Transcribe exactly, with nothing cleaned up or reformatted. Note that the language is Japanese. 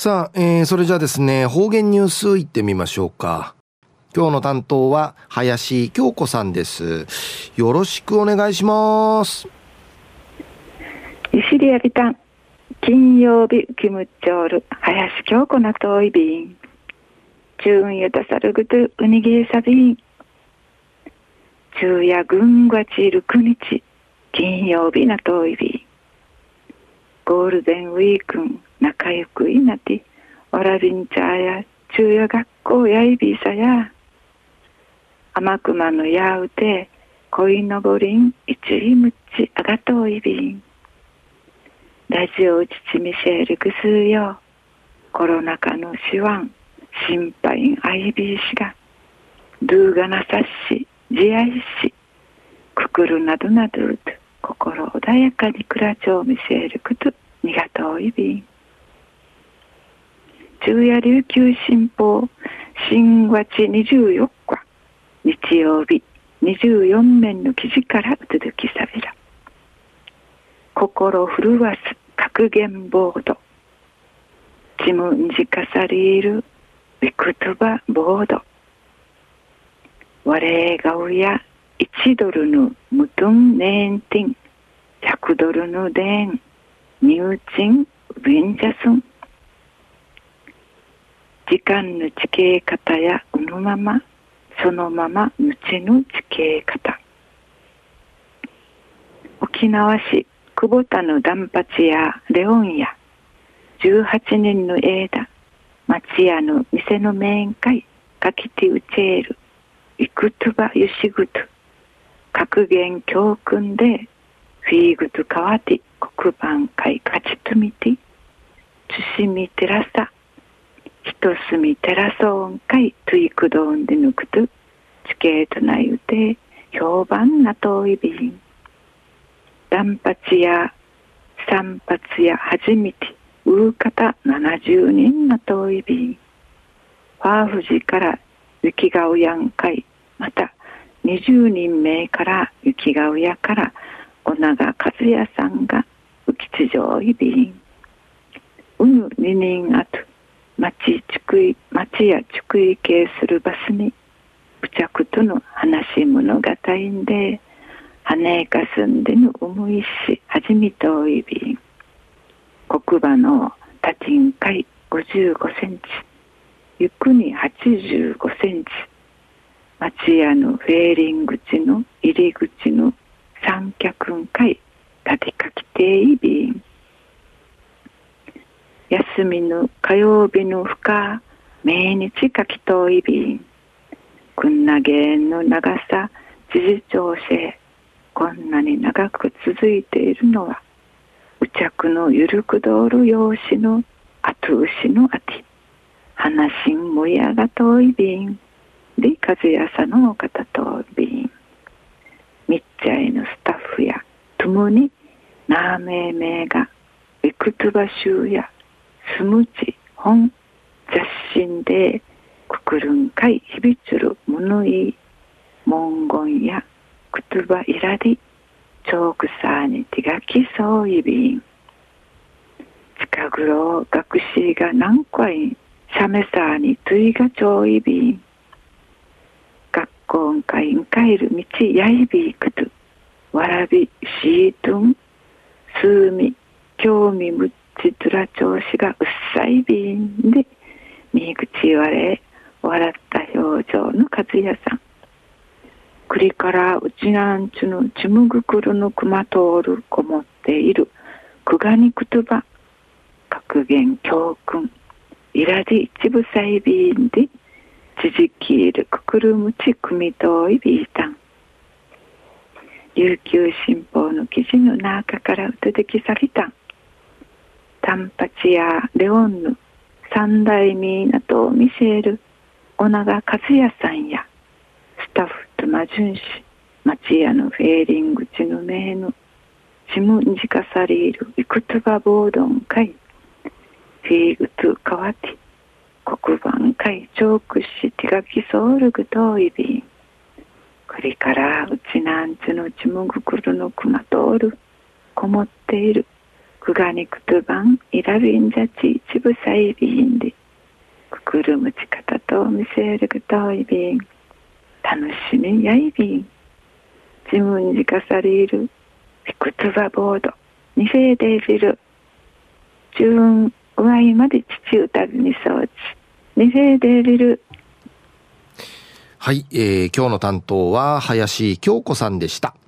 さあ、えー、それじゃあですね、方言ニュースいってみましょうか。今日の担当は林京子さんです。よろしくお願いします。 ゆしりやびたん金曜日キムチョール林京子なといびん中ゆたさるぐとうにぎえさびん昼夜軍がちるくにち金曜日なといびんゴールデンウィークン仲良くいなてわらびんちゃや昼夜学校やいびさや甘くまのやうて恋のぼりんいちいむちあがといびんラジオうちちミシェルグスーよコロナ禍の手腕心配アイビー氏がドゥーガナサッシ自愛しくくるなどなどと心穏やかにクラチョウミシェルクとにがとういびん昼夜琉球新報新月にじゅうよっか日曜日にじゅうよんめんの記事からうつづきさびら心震わす格言ボード自分じかさりいるビクトバボード我が親いちドルの無トンネンティンひゃくドルのデン入賃ウィンジャスン時間の地形方やうぬままそのまま無知の地形方沖縄市久保田のダンパチやレオンやじゅうはちにんの枝町屋の店の面会かきてうちえるいくとばゆしぐと格言教訓でフィーグとかわて黒板会かちとみてつしみてらさひとすみてらそうかいといくどんでぬくと地形となゆて評判なといびん断髪や散髪や初めてうーかたななじゅうにんなといびんファーフジから雪がうやんかいまたにじゅうにんめいから雪がうやからおながかずやさんがうきちじょういびんうぬににんあと町ちくい町やちくいけいするバスにうちゃくとの話物語んではねかすんでのうむいしはじみといびん黒馬のたちんかいごじゅうごセンチゆくにはちじゅうごセンチ町屋のフェーリン口の入り口の三脚んかい立てかきていびん休みの火曜日のふか命日かきといびんくんなげんの長さ知事長せこんなに長く続いているのはうちゃくのゆるくどる用紙のあと牛のあて話しんもやがといびんでかずやさのお方とびんみっちゃいのスタッフやともになめめがビクトバ集やスムチ本雑誌でくくるんかいひびつるものいい文言やくとばいらりチョークサーに手書きそういびん近ぐろ学士が何回シャメサーについがちょういびん学校んかいんかいる道やいびいくとわらびしーとんすうみ興味むっちつら調子がうっさいびんでみぐち言われ笑った表情の和也さん栗からうちなんちゅのちむぐくるのくまとおるこもっているくがにくとば格言教訓いらり一部さいびんでちじきいるくくるむちくみといびいたん琉球新報の記事の中からうとできさびたんタンパチやレオンヌ三代ミーナとミシェル小長和也さんやスタッフとマジュンシ町屋のフェーリングチの名のチムンジカサリールイクトバボードン会フィーグトゥカワティ黒板会チョークシティガキソウルグトイビンこれからうちなんちのチムグクルのクマトールこもっているクガニクトバンイラビンジャチイチぶさいびんでくくるむち方と見せるくといびん楽しみやいびん自分にかされるひくつばボードにフェーデービル自分上いまで父歌びにそうちにフェーデービル。 はい、えー、今日の担当は林京子さんでした。